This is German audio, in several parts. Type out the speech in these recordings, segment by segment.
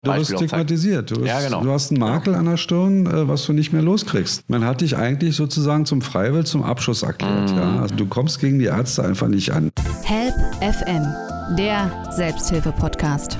Du wirst stigmatisiert. Du hast einen Makel an der Stirn, was du nicht mehr loskriegst. Man hat dich eigentlich sozusagen zum Freiwill, zum Abschuss erklärt. Ja? Also du kommst gegen die Ärzte einfach nicht an. Help FM, der Selbsthilfe-Podcast.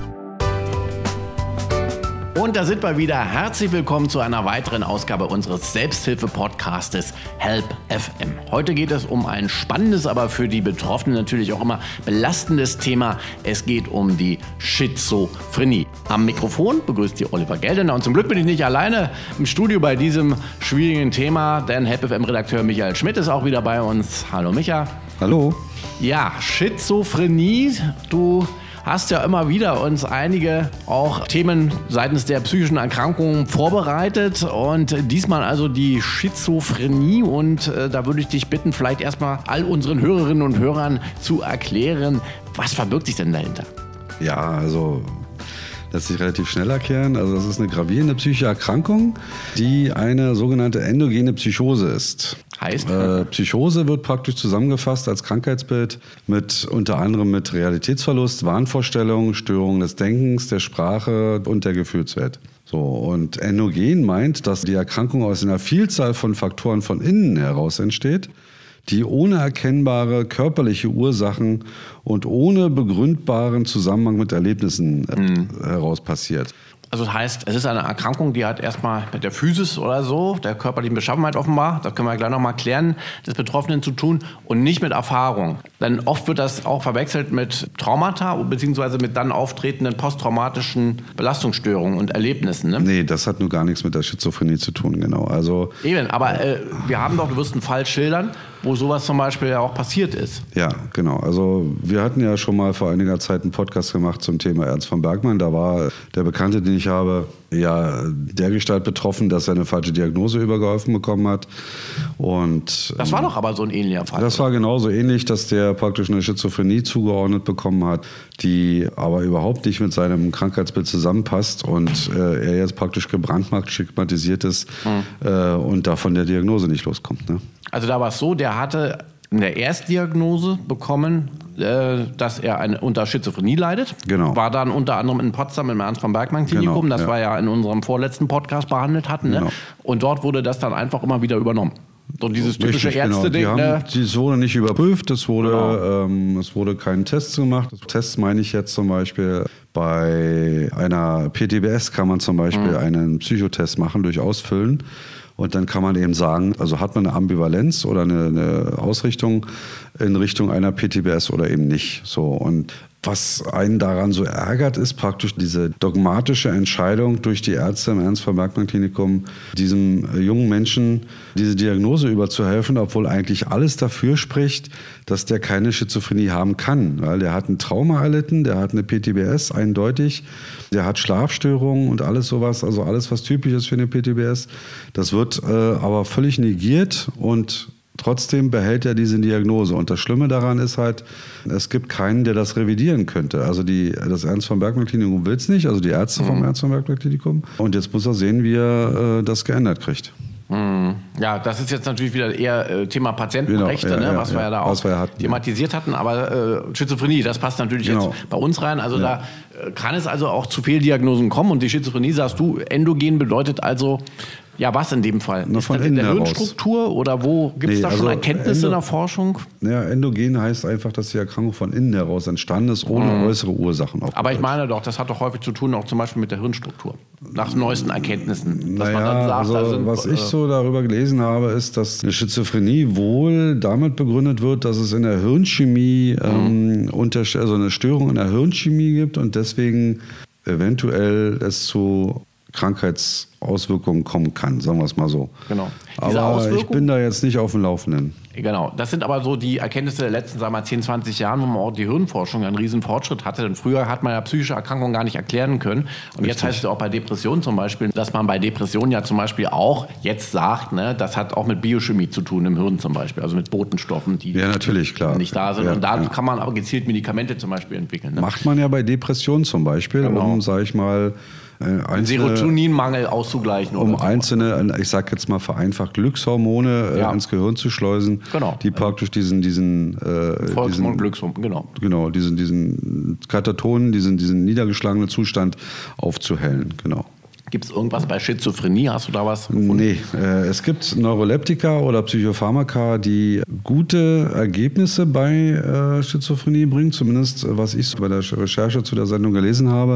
Und da sind wir wieder. Herzlich willkommen zu einer weiteren Ausgabe unseres Selbsthilfe-Podcastes Help FM. Heute geht es um ein spannendes, aber für die Betroffenen natürlich auch immer belastendes Thema. Es geht um die Schizophrenie. Am Mikrofon begrüßt Sie Oliver Geldener und zum Glück bin ich nicht alleine im Studio bei diesem schwierigen Thema, denn Help FM-Redakteur Michael Schmidt ist auch wieder bei uns. Hallo Micha. Hallo. Ja, Schizophrenie, du hast ja immer wieder uns einige auch Themen seitens der psychischen Erkrankungen vorbereitet und diesmal also die Schizophrenie und da würde ich dich bitten, vielleicht erstmal all unseren Hörerinnen und Hörern zu erklären, was verbirgt sich denn dahinter? Ja, also lässt sich relativ schnell erklären. Also das ist eine gravierende psychische Erkrankung, die eine sogenannte endogene Psychose ist. Heißt? Psychose wird praktisch zusammengefasst als Krankheitsbild mit unter anderem mit Realitätsverlust, Wahnvorstellungen, Störungen des Denkens, der Sprache und der Gefühlswelt. So, und endogen meint, dass die Erkrankung aus einer Vielzahl von Faktoren von innen heraus entsteht, die ohne erkennbare körperliche Ursachen und ohne begründbaren Zusammenhang mit Erlebnissen heraus passiert. Also das heißt, es ist eine Erkrankung, die hat erstmal mit der Physis oder so, der körperlichen Beschaffenheit offenbar, das können wir gleich nochmal klären, des Betroffenen zu tun und nicht mit Erfahrung. Denn oft wird das auch verwechselt mit Traumata beziehungsweise mit dann auftretenden posttraumatischen Belastungsstörungen und Erlebnissen. Ne? Nee, das hat nur gar nichts mit der Schizophrenie zu tun, genau. Also, eben, aber wir haben doch, du wirst einen Fall schildern, wo sowas zum Beispiel ja auch passiert ist. Ja, genau. Also wir hatten ja schon mal vor einiger Zeit einen Podcast gemacht zum Thema Ernst von Bergmann. Da war der Bekannte, den ich habe, ja dergestalt betroffen, dass er eine falsche Diagnose übergeholfen bekommen hat. Und das war doch aber so ein ähnlicher Fall. Das war genauso ähnlich, dass der praktisch eine Schizophrenie zugeordnet bekommen hat, die aber überhaupt nicht mit seinem Krankheitsbild zusammenpasst und er jetzt praktisch gebrandmarkt, stigmatisiert ist und davon der Diagnose nicht loskommt. Ne? Also da war es so, der hatte in der Erstdiagnose bekommen, dass er unter Schizophrenie leidet. Genau. War dann unter anderem in Potsdam im Ernst von Bergmann Klinikum, das wir ja in unserem vorletzten Podcast behandelt hatten. Genau. Ne? Und dort wurde das dann einfach immer wieder übernommen. So dieses typische Ärzte-Ding. Genau. Es wurde nicht überprüft, es wurde kein Test gemacht. Tests meine ich jetzt zum Beispiel bei einer PTBS kann man zum Beispiel einen Psychotest machen, durch Ausfüllen. Und dann kann man eben sagen, also hat man eine Ambivalenz oder eine Ausrichtung in Richtung einer PTBS oder eben nicht. So, und was einen daran so ärgert, ist praktisch diese dogmatische Entscheidung durch die Ärzte im Ernst von Bergmann Klinikum, diesem jungen Menschen diese Diagnose überzuhelfen, obwohl eigentlich alles dafür spricht, dass der keine Schizophrenie haben kann. Weil der hat ein Trauma erlitten, der hat eine PTBS eindeutig, der hat Schlafstörungen und alles sowas, also alles, was typisch ist für eine PTBS. Das wird aber völlig negiert und trotzdem behält er diese Diagnose. Und das Schlimme daran ist halt, es gibt keinen, der das revidieren könnte. Also das Ernst von Bergmann Klinikum will es nicht, also die Ärzte vom Ernst von Bergmann Klinikum. Und jetzt muss er sehen, wie er das geändert kriegt. Ja, das ist jetzt natürlich wieder eher Thema Patientenrechte, genau, was wir ja da auch thematisiert hatten. Aber Schizophrenie, das passt natürlich jetzt bei uns rein. Also da kann es also auch zu Fehldiagnosen kommen. Und die Schizophrenie, sagst du, endogen bedeutet also, ja, was in dem Fall? Ist das in der Hirnstruktur oder wo gibt es da schon Erkenntnisse in der Forschung? Ja, endogen heißt einfach, dass die Erkrankung von innen heraus entstanden ist, ohne äußere Ursachen. Aber ich meine doch, das hat doch häufig zu tun auch zum Beispiel mit der Hirnstruktur, nach neuesten Erkenntnissen. Dass man dann sagt, was ich so darüber gelesen habe, ist, dass eine Schizophrenie wohl damit begründet wird, dass es in der Hirnchemie also eine Störung in der Hirnchemie gibt und deswegen eventuell es zu Krankheitsauswirkungen kommen kann, sagen wir es mal so. Genau. Aber ich bin da jetzt nicht auf dem Laufenden. Genau, das sind aber so die Erkenntnisse der letzten, sagen wir mal, 10, 20 Jahren, wo man auch die Hirnforschung einen riesen Fortschritt hatte. Denn früher hat man ja psychische Erkrankungen gar nicht erklären können. Und jetzt heißt es auch bei Depressionen zum Beispiel, dass man bei Depressionen ja zum Beispiel auch jetzt sagt, ne, das hat auch mit Biochemie zu tun im Hirn zum Beispiel, also mit Botenstoffen, die natürlich, klar. nicht da sind. Und da kann man aber gezielt Medikamente zum Beispiel entwickeln. Ne? Macht man ja bei Depressionen zum Beispiel, um, sage ich mal, einen Serotoninmangel auszugleichen. Um einzelne, ich sag jetzt mal vereinfacht, Glückshormone ins Gehirn zu schleusen, die praktisch diesen Volksmund Glückshormone, genau, diesen Katatonen, diesen niedergeschlagenen Zustand aufzuhellen, genau. Gibt es irgendwas bei Schizophrenie? Hast du da was gefunden? Nee, es gibt Neuroleptika oder Psychopharmaka, die gute Ergebnisse bei Schizophrenie bringen, zumindest was ich bei der Recherche zu der Sendung gelesen habe.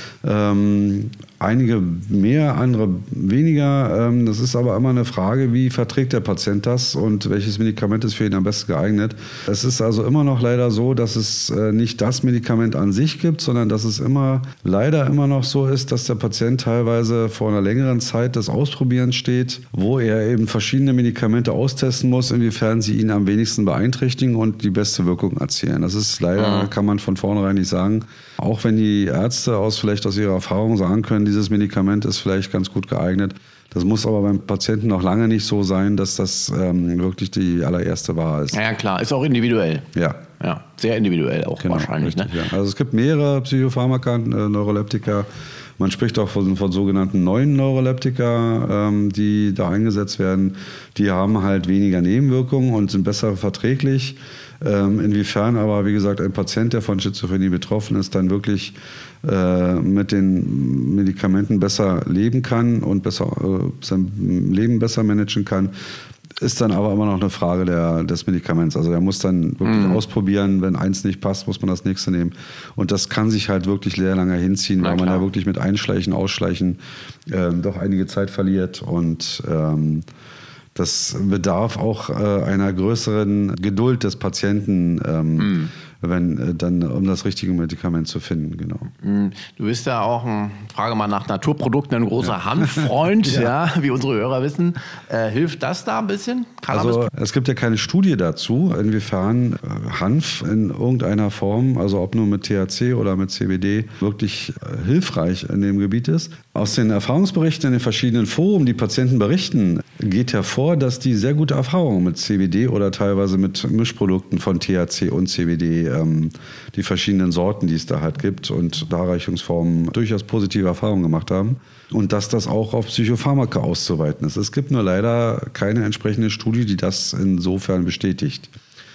Einige mehr, andere weniger. Das ist aber immer eine Frage, wie verträgt der Patient das und welches Medikament ist für ihn am besten geeignet. Es ist also immer noch leider so, dass es nicht das Medikament an sich gibt, sondern dass es leider immer noch so ist, dass der Patient teilweise vor einer längeren Zeit des Ausprobierens steht, wo er eben verschiedene Medikamente austesten muss, inwiefern sie ihn am wenigsten beeinträchtigen und die beste Wirkung erzielen. Das ist leider, kann man von vornherein nicht sagen. Auch wenn die Ärzte vielleicht aus ihrer Erfahrung sagen können, dieses Medikament ist vielleicht ganz gut geeignet. Das muss aber beim Patienten noch lange nicht so sein, dass das wirklich die allererste Wahl ist. Ja, klar. Ist auch individuell. Ja. Ja, sehr individuell auch wahrscheinlich. Richtig, ne? Ja. Also es gibt mehrere Psychopharmaka, Neuroleptika. Man spricht auch von sogenannten neuen Neuroleptika, die da eingesetzt werden. Die haben halt weniger Nebenwirkungen und sind besser verträglich. Inwiefern aber, wie gesagt, ein Patient, der von Schizophrenie betroffen ist, dann wirklich mit den Medikamenten besser leben kann und sein Leben besser managen kann, ist dann aber immer noch eine Frage des Medikaments. Also er muss dann wirklich ausprobieren, wenn eins nicht passt, muss man das nächste nehmen. Und das kann sich halt wirklich sehr lange hinziehen, weil man ja wirklich mit Einschleichen, Ausschleichen doch einige Zeit verliert. Und das bedarf auch einer größeren Geduld des Patienten, um das richtige Medikament zu finden, genau. Du bist ja auch, frage mal nach Naturprodukten, ein großer Hanffreund, wie unsere Hörer wissen. Hilft das da ein bisschen? Also es gibt ja keine Studie dazu, inwiefern Hanf in irgendeiner Form, also ob nur mit THC oder mit CBD, wirklich hilfreich in dem Gebiet ist. Aus den Erfahrungsberichten in den verschiedenen Foren, die Patienten berichten, geht hervor, dass die sehr gute Erfahrungen mit CBD oder teilweise mit Mischprodukten von THC und CBD, die verschiedenen Sorten, die es da halt gibt und Darreichungsformen, durchaus positive Erfahrungen gemacht haben. Und dass das auch auf Psychopharmaka auszuweiten ist. Es gibt nur leider keine entsprechende Studie, die das insofern bestätigt.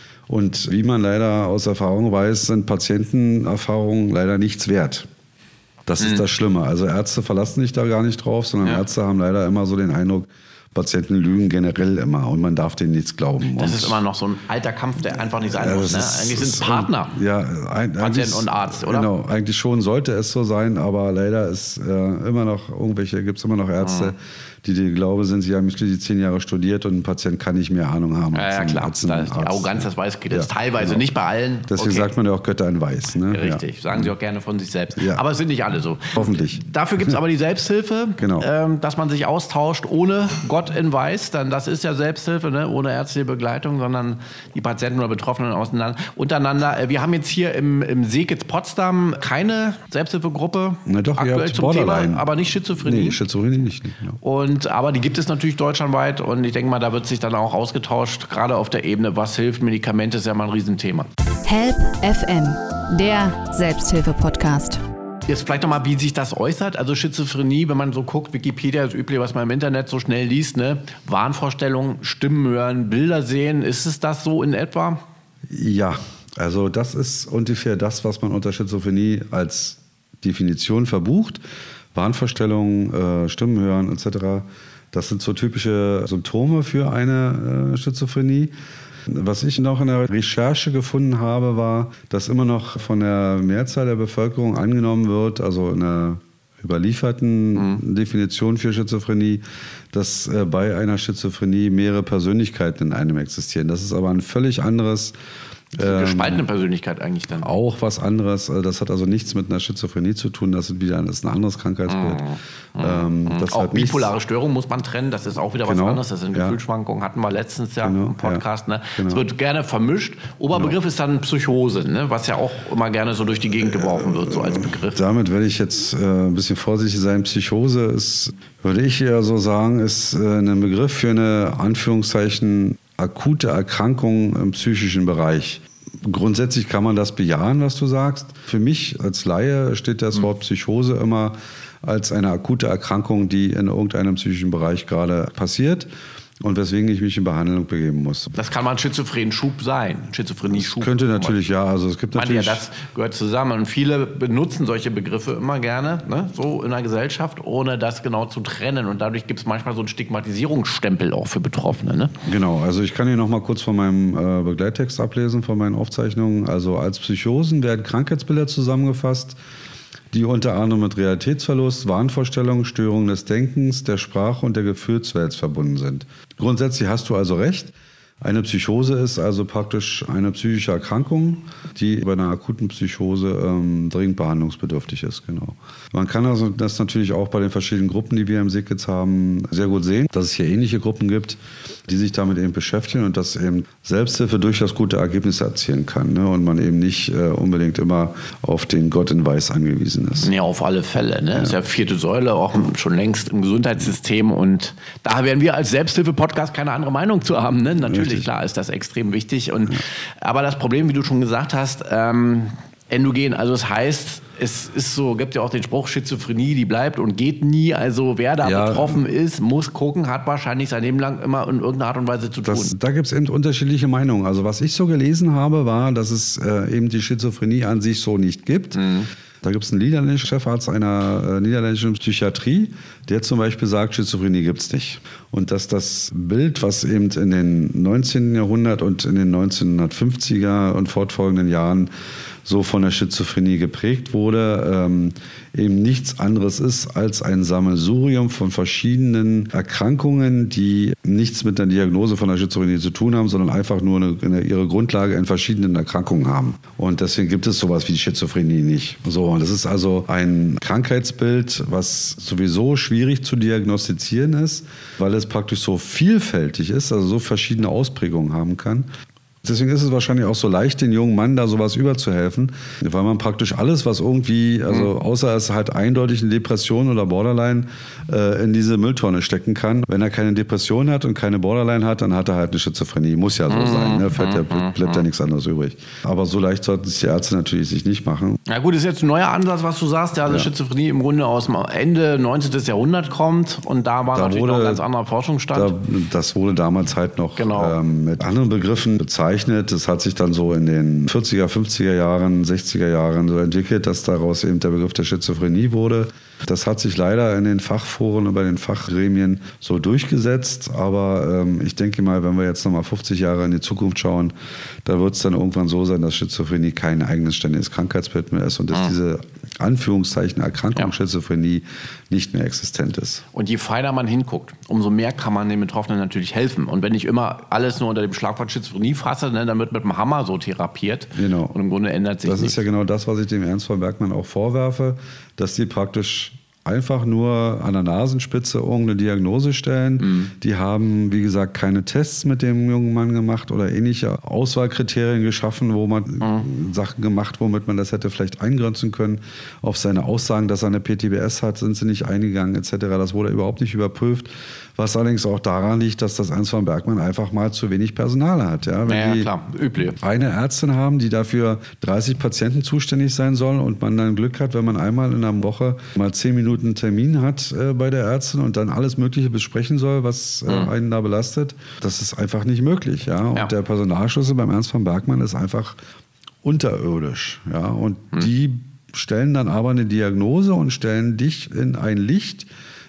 Und wie man leider aus Erfahrung weiß, sind Patientenerfahrungen leider nichts wert. Das ist das Schlimme. Also Ärzte verlassen sich da gar nicht drauf, sondern Ärzte haben leider immer so den Eindruck, Patienten lügen generell immer und man darf denen nichts glauben. Das ist immer noch so ein alter Kampf, der einfach nicht sein muss. Ne? Eigentlich sind Partner, Patient und Arzt, oder? Genau, eigentlich schon sollte es so sein, aber leider ist gibt es immer noch Ärzte, die glauben sind, sie haben die 10 Jahre studiert und ein Patient kann nicht mehr Ahnung haben. Ja, klar, da ist die Arroganz, das weiß, geht jetzt teilweise nicht bei allen. Deswegen sagt man ja auch Götter in Weiß. Ne? Richtig, sagen sie auch gerne von sich selbst. Ja. Aber es sind nicht alle so. Hoffentlich. Dafür gibt es aber die Selbsthilfe, genau. Dass man sich austauscht ohne Gott in Weiß, dann das ist ja Selbsthilfe, ne? Ohne ärztliche Begleitung, sondern die Patienten oder Betroffenen untereinander. Wir haben jetzt hier im Seekitz Potsdam keine Selbsthilfegruppe aktuell zum Thema, aber nicht Schizophrenie. Nee, Schizophrenie nicht. Genau. Aber die gibt es natürlich deutschlandweit und ich denke mal, da wird sich dann auch ausgetauscht, gerade auf der Ebene, was hilft. Medikamente ist ja mal ein Riesenthema. Help FM, der Selbsthilfe-Podcast. Jetzt vielleicht nochmal, wie sich das äußert. Also Schizophrenie, wenn man so guckt, Wikipedia ist üblich, was man im Internet so schnell liest, ne? Wahnvorstellungen, Stimmen hören, Bilder sehen. Ist es das so in etwa? Ja, also das ist ungefähr das, was man unter Schizophrenie als Definition verbucht. Wahnvorstellungen, Stimmen hören etc. Das sind so typische Symptome für eine Schizophrenie. Was ich noch in der Recherche gefunden habe, war, dass immer noch von der Mehrzahl der Bevölkerung angenommen wird, also in der überlieferten Definition für Schizophrenie, dass bei einer Schizophrenie mehrere Persönlichkeiten in einem existieren. Das ist aber ein völlig anderes gespaltene Persönlichkeit eigentlich dann. Auch was anderes. Das hat also nichts mit einer Schizophrenie zu tun. Das ist ein anderes Krankheitsbild. Auch bipolare Störung muss man trennen. Das ist auch wieder was anderes. Das sind Gefühlsschwankungen. Hatten wir letztens im Podcast. Ne? Es wird gerne vermischt. Oberbegriff ist dann Psychose, ne? Was ja auch immer gerne so durch die Gegend geworfen wird, so als Begriff. Damit werde ich jetzt ein bisschen vorsichtig sein. Psychose ist, würde ich eher so sagen, ist ein Begriff für eine Anführungszeichen akute Erkrankung im psychischen Bereich. Grundsätzlich kann man das bejahen, was du sagst. Für mich als Laie steht das Wort Psychose immer als eine akute Erkrankung, die in irgendeinem psychischen Bereich gerade passiert. Und weswegen ich mich in Behandlung begeben muss. Das kann mal ein Schizophren-Schub sein. Schizophrenie-Schub. Könnte natürlich, ja. Also es gibt natürlich. Das gehört zusammen. Und viele benutzen solche Begriffe immer gerne, ne? So in der Gesellschaft, ohne das genau zu trennen. Und dadurch gibt es manchmal so einen Stigmatisierungsstempel auch für Betroffene. Ne? Genau. Also ich kann hier noch mal kurz von meinem Begleittext ablesen, von meinen Aufzeichnungen. Also als Psychosen werden Krankheitsbilder zusammengefasst, die unter anderem mit Realitätsverlust, Wahnvorstellungen, Störungen des Denkens, der Sprache und der Gefühlswelt verbunden sind. Grundsätzlich hast du also recht. Eine Psychose ist also praktisch eine psychische Erkrankung, die bei einer akuten Psychose dringend behandlungsbedürftig ist. Genau. Man kann also das natürlich auch bei den verschiedenen Gruppen, die wir im SIGKIDS haben, sehr gut sehen, dass es hier ähnliche Gruppen gibt, die sich damit eben beschäftigen und dass eben Selbsthilfe durchaus gute Ergebnisse erzielen kann, ne? Und man eben nicht unbedingt immer auf den Gott in Weiß angewiesen ist. Ja, auf alle Fälle. Ne? Das ist ja 4. Säule, auch schon längst im Gesundheitssystem. Und da werden wir als Selbsthilfe-Podcast keine andere Meinung zu haben. Ne? Natürlich, klar, ist das extrem wichtig. Aber das Problem, wie du schon gesagt hast, endogen, also das heißt, es ist so, gibt ja auch den Spruch, Schizophrenie, die bleibt und geht nie. Also wer da betroffen ist, muss gucken, hat wahrscheinlich sein Leben lang immer in irgendeiner Art und Weise zu tun. Da gibt es eben unterschiedliche Meinungen. Also was ich so gelesen habe, war, dass es eben die Schizophrenie an sich so nicht gibt. Da gibt es einen niederländischen Chefarzt einer niederländischen Psychiatrie, der zum Beispiel sagt, Schizophrenie gibt es nicht. Und dass das Bild, was eben in den 19. Jahrhundert und in den 1950er und fortfolgenden Jahren so von der Schizophrenie geprägt wurde, eben nichts anderes ist als ein Sammelsurium von verschiedenen Erkrankungen, die nichts mit der Diagnose von der Schizophrenie zu tun haben, sondern einfach nur ihre Grundlage in verschiedenen Erkrankungen haben. Und deswegen gibt es sowas wie die Schizophrenie nicht. So, und das ist also ein Krankheitsbild, was sowieso schwierig zu diagnostizieren ist, weil es praktisch so vielfältig ist, also so verschiedene Ausprägungen haben kann. Deswegen ist es wahrscheinlich auch so leicht, den jungen Mann da sowas überzuhelfen, weil man praktisch alles, was irgendwie, also außer es halt eindeutig eine Depression oder Borderline, in diese Mülltonne stecken kann. Wenn er keine Depression hat und keine Borderline hat, dann hat er halt eine Schizophrenie. Muss ja so sein, ne? Bleibt ja nichts anderes übrig. Aber so leicht sollten es die Ärzte natürlich sich nicht machen. Ja gut, ist jetzt ein neuer Ansatz, was du sagst, der Schizophrenie im Grunde aus dem Ende 19. Jahrhundert kommt und da war natürlich noch ein ganz anderer Forschungsstand. Das wurde damals halt noch mit anderen Begriffen bezeichnet. Das hat sich dann so in den 40er, 50er Jahren, 60er Jahren so entwickelt, dass daraus eben der Begriff der Schizophrenie wurde. Das hat sich leider in den Fachforen und bei den Fachgremien so durchgesetzt. Aber ich denke mal, wenn wir jetzt nochmal 50 Jahre in die Zukunft schauen, da wird es dann irgendwann so sein, dass Schizophrenie kein eigenständiges Krankheitsbild mehr ist und dass diese Anführungszeichen Erkrankung Schizophrenie nicht mehr existent ist. Und je feiner man hinguckt, umso mehr kann man den Betroffenen natürlich helfen. Und wenn ich immer alles nur unter dem Schlagwort Schizophrenie fasse, ne, dann wird mit dem Hammer so therapiert. Genau. Und im Grunde ändert sich nichts. Das ist ja genau das, was ich dem Ernst von Bergmann auch vorwerfe, dass die praktisch einfach nur an der Nasenspitze irgendeine Diagnose stellen. Die haben, wie gesagt, keine Tests mit dem jungen Mann gemacht oder ähnliche Auswahlkriterien geschaffen, wo man Sachen gemacht, womit man das hätte vielleicht eingrenzen können. Auf seine Aussagen, dass er eine PTBS hat, sind sie nicht eingegangen etc. Das wurde überhaupt nicht überprüft. Was allerdings auch daran liegt, dass das Ernst von Bergmann einfach mal zu wenig Personal hat. Ja? Wenn die üblich. Eine Ärztin haben, die dafür 30 Patienten zuständig sein soll und man dann Glück hat, wenn man einmal in einer Woche mal 10 Minuten Termin hat bei der Ärztin und dann alles Mögliche besprechen soll, was einen da belastet, das ist einfach nicht möglich. Ja? Und der Personalschlüssel beim Ernst von Bergmann ist einfach unterirdisch. Ja? Und die stellen dann aber eine Diagnose und stellen dich in ein Licht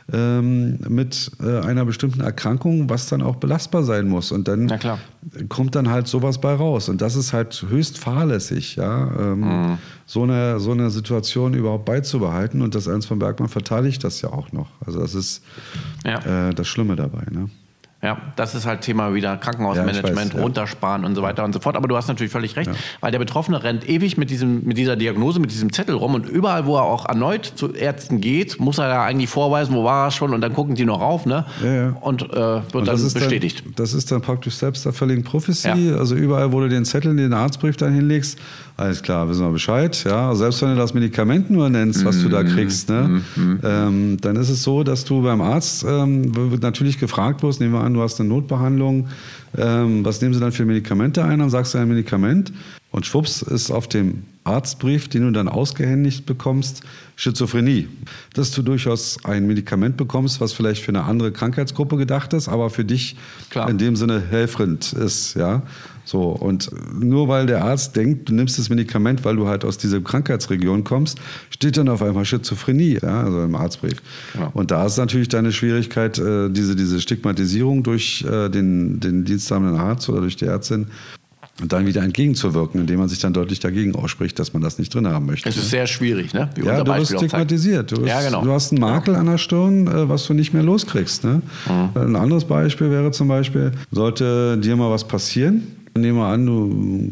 mit einer bestimmten Erkrankung, was dann auch belastbar sein muss. Und dann kommt dann halt sowas bei raus. Und das ist halt höchst fahrlässig, ja, so eine Situation überhaupt beizubehalten. Und das Ernst von Bergmann verteidigt das ja auch noch. Also das ist das Schlimme dabei, ne? Ja, das ist halt Thema wieder Krankenhausmanagement, runtersparen und so weiter und so fort. Aber du hast natürlich völlig recht, weil der Betroffene rennt ewig mit dieser Diagnose, mit diesem Zettel rum und überall, wo er auch erneut zu Ärzten geht, muss er da eigentlich vorweisen, wo war er schon und dann gucken die noch rauf, ne? Und wird dann bestätigt. Das ist dann praktisch selbsterfüllende Prophecy. Ja. Also überall, wo du den Zettel, den Arztbrief dann hinlegst, alles klar, wissen wir Bescheid. Ja, selbst wenn du das Medikament nur nennst, was du da kriegst, ne? Dann ist es so, dass du beim Arzt natürlich gefragt wirst, nehmen wir an, du hast eine Notbehandlung, was nehmen sie dann für Medikamente ein? Dann sagst du ein Medikament Und schwupps ist auf dem Arztbrief, den du dann ausgehändigt bekommst, Schizophrenie. Dass du durchaus ein Medikament bekommst, was vielleicht für eine andere Krankheitsgruppe gedacht ist, aber für dich in dem Sinne helfend ist. Ja? So, und nur weil der Arzt denkt, du nimmst das Medikament, weil du halt aus dieser Krankheitsregion kommst, steht dann auf einmal Schizophrenie, ja, also im Arztbrief. Ja. Und da ist natürlich deine Schwierigkeit, diese Stigmatisierung durch den diensthabenden Arzt oder durch die Ärztin und dann wieder entgegenzuwirken, indem man sich dann deutlich dagegen ausspricht, dass man das nicht drin haben möchte. Es ist sehr schwierig, ne? Ja, du wirst stigmatisiert. Du hast einen Makel an der Stirn, was du nicht mehr loskriegst. Ne? Ein anderes Beispiel wäre zum Beispiel, sollte dir mal was passieren, nehmen wir an, du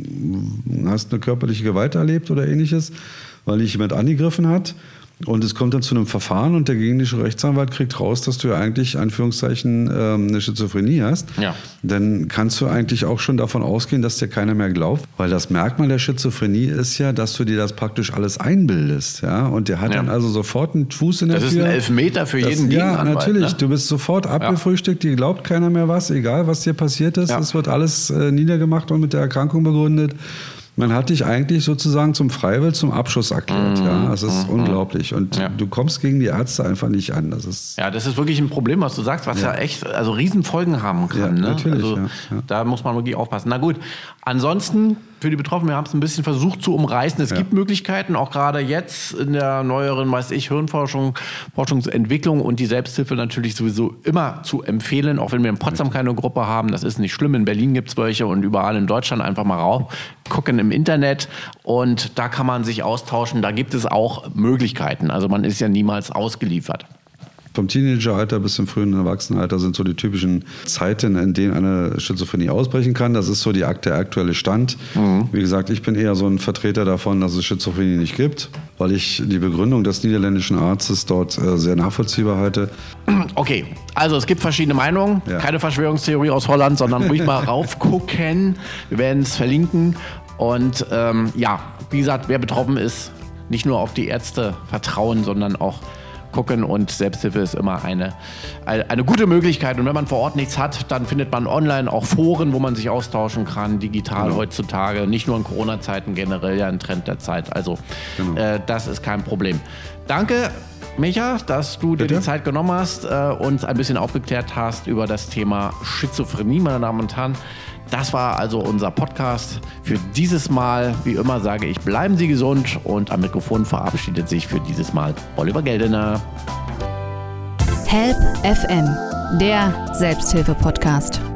hast eine körperliche Gewalt erlebt oder ähnliches, weil dich jemand angegriffen hat. Und es kommt dann zu einem Verfahren und der gegnerische Rechtsanwalt kriegt raus, dass du ja eigentlich, Anführungszeichen, eine Schizophrenie hast. Ja. Dann kannst du eigentlich auch schon davon ausgehen, dass dir keiner mehr glaubt. Weil das Merkmal der Schizophrenie ist ja, dass du dir das praktisch alles einbildest. Ja? Und der hat dann also sofort einen Fuß in der Tür. Das ist ein Elfmeter für jeden Gegenanwalt. Ja, natürlich. Ne? Du bist sofort abgefrühstückt, dir glaubt keiner mehr was, egal was dir passiert ist. Es wird alles niedergemacht und mit der Erkrankung begründet. Man hat dich eigentlich sozusagen zum Freiwill, zum Abschuss erklärt. Ja, das ist unglaublich. Und du kommst gegen die Ärzte einfach nicht an. Das ist wirklich ein Problem, was du sagst, was ja echt Riesenfolgen haben kann. Ja, natürlich. Also, da muss man wirklich aufpassen. Na gut, ansonsten für die Betroffenen, wir haben es ein bisschen versucht zu umreißen. Es gibt Möglichkeiten, auch gerade jetzt in der neueren, Hirnforschung, Forschungsentwicklung und die Selbsthilfe natürlich sowieso immer zu empfehlen, auch wenn wir in Potsdam keine Gruppe haben. Das ist nicht schlimm. In Berlin gibt es welche und überall in Deutschland einfach mal rauf gucken im Internet und da kann man sich austauschen. Da gibt es auch Möglichkeiten. Also man ist ja niemals ausgeliefert. Vom Teenageralter bis zum frühen Erwachsenenalter sind so die typischen Zeiten, in denen eine Schizophrenie ausbrechen kann. Das ist so der aktuelle Stand. Wie gesagt, ich bin eher so ein Vertreter davon, dass es Schizophrenie nicht gibt, weil ich die Begründung des niederländischen Arztes dort sehr nachvollziehbar halte. Okay, also es gibt verschiedene Meinungen. Ja. Keine Verschwörungstheorie aus Holland, sondern ruhig mal raufgucken. Wir werden es verlinken. Und wie gesagt, wer betroffen ist, nicht nur auf die Ärzte vertrauen, sondern auch gucken und Selbsthilfe ist immer eine gute Möglichkeit. Und wenn man vor Ort nichts hat, dann findet man online auch Foren, wo man sich austauschen kann, digital heutzutage, nicht nur in Corona-Zeiten, generell ja ein Trend der Zeit. Also das ist kein Problem. Danke, Micha, dass du dir die Zeit genommen hast, uns ein bisschen aufgeklärt hast über das Thema Schizophrenie, meine Damen und Herren. Das war also unser Podcast für dieses Mal. Wie immer sage ich, bleiben Sie gesund und am Mikrofon verabschiedet sich für dieses Mal Oliver Geldener. Help FM, der Selbsthilfe-Podcast.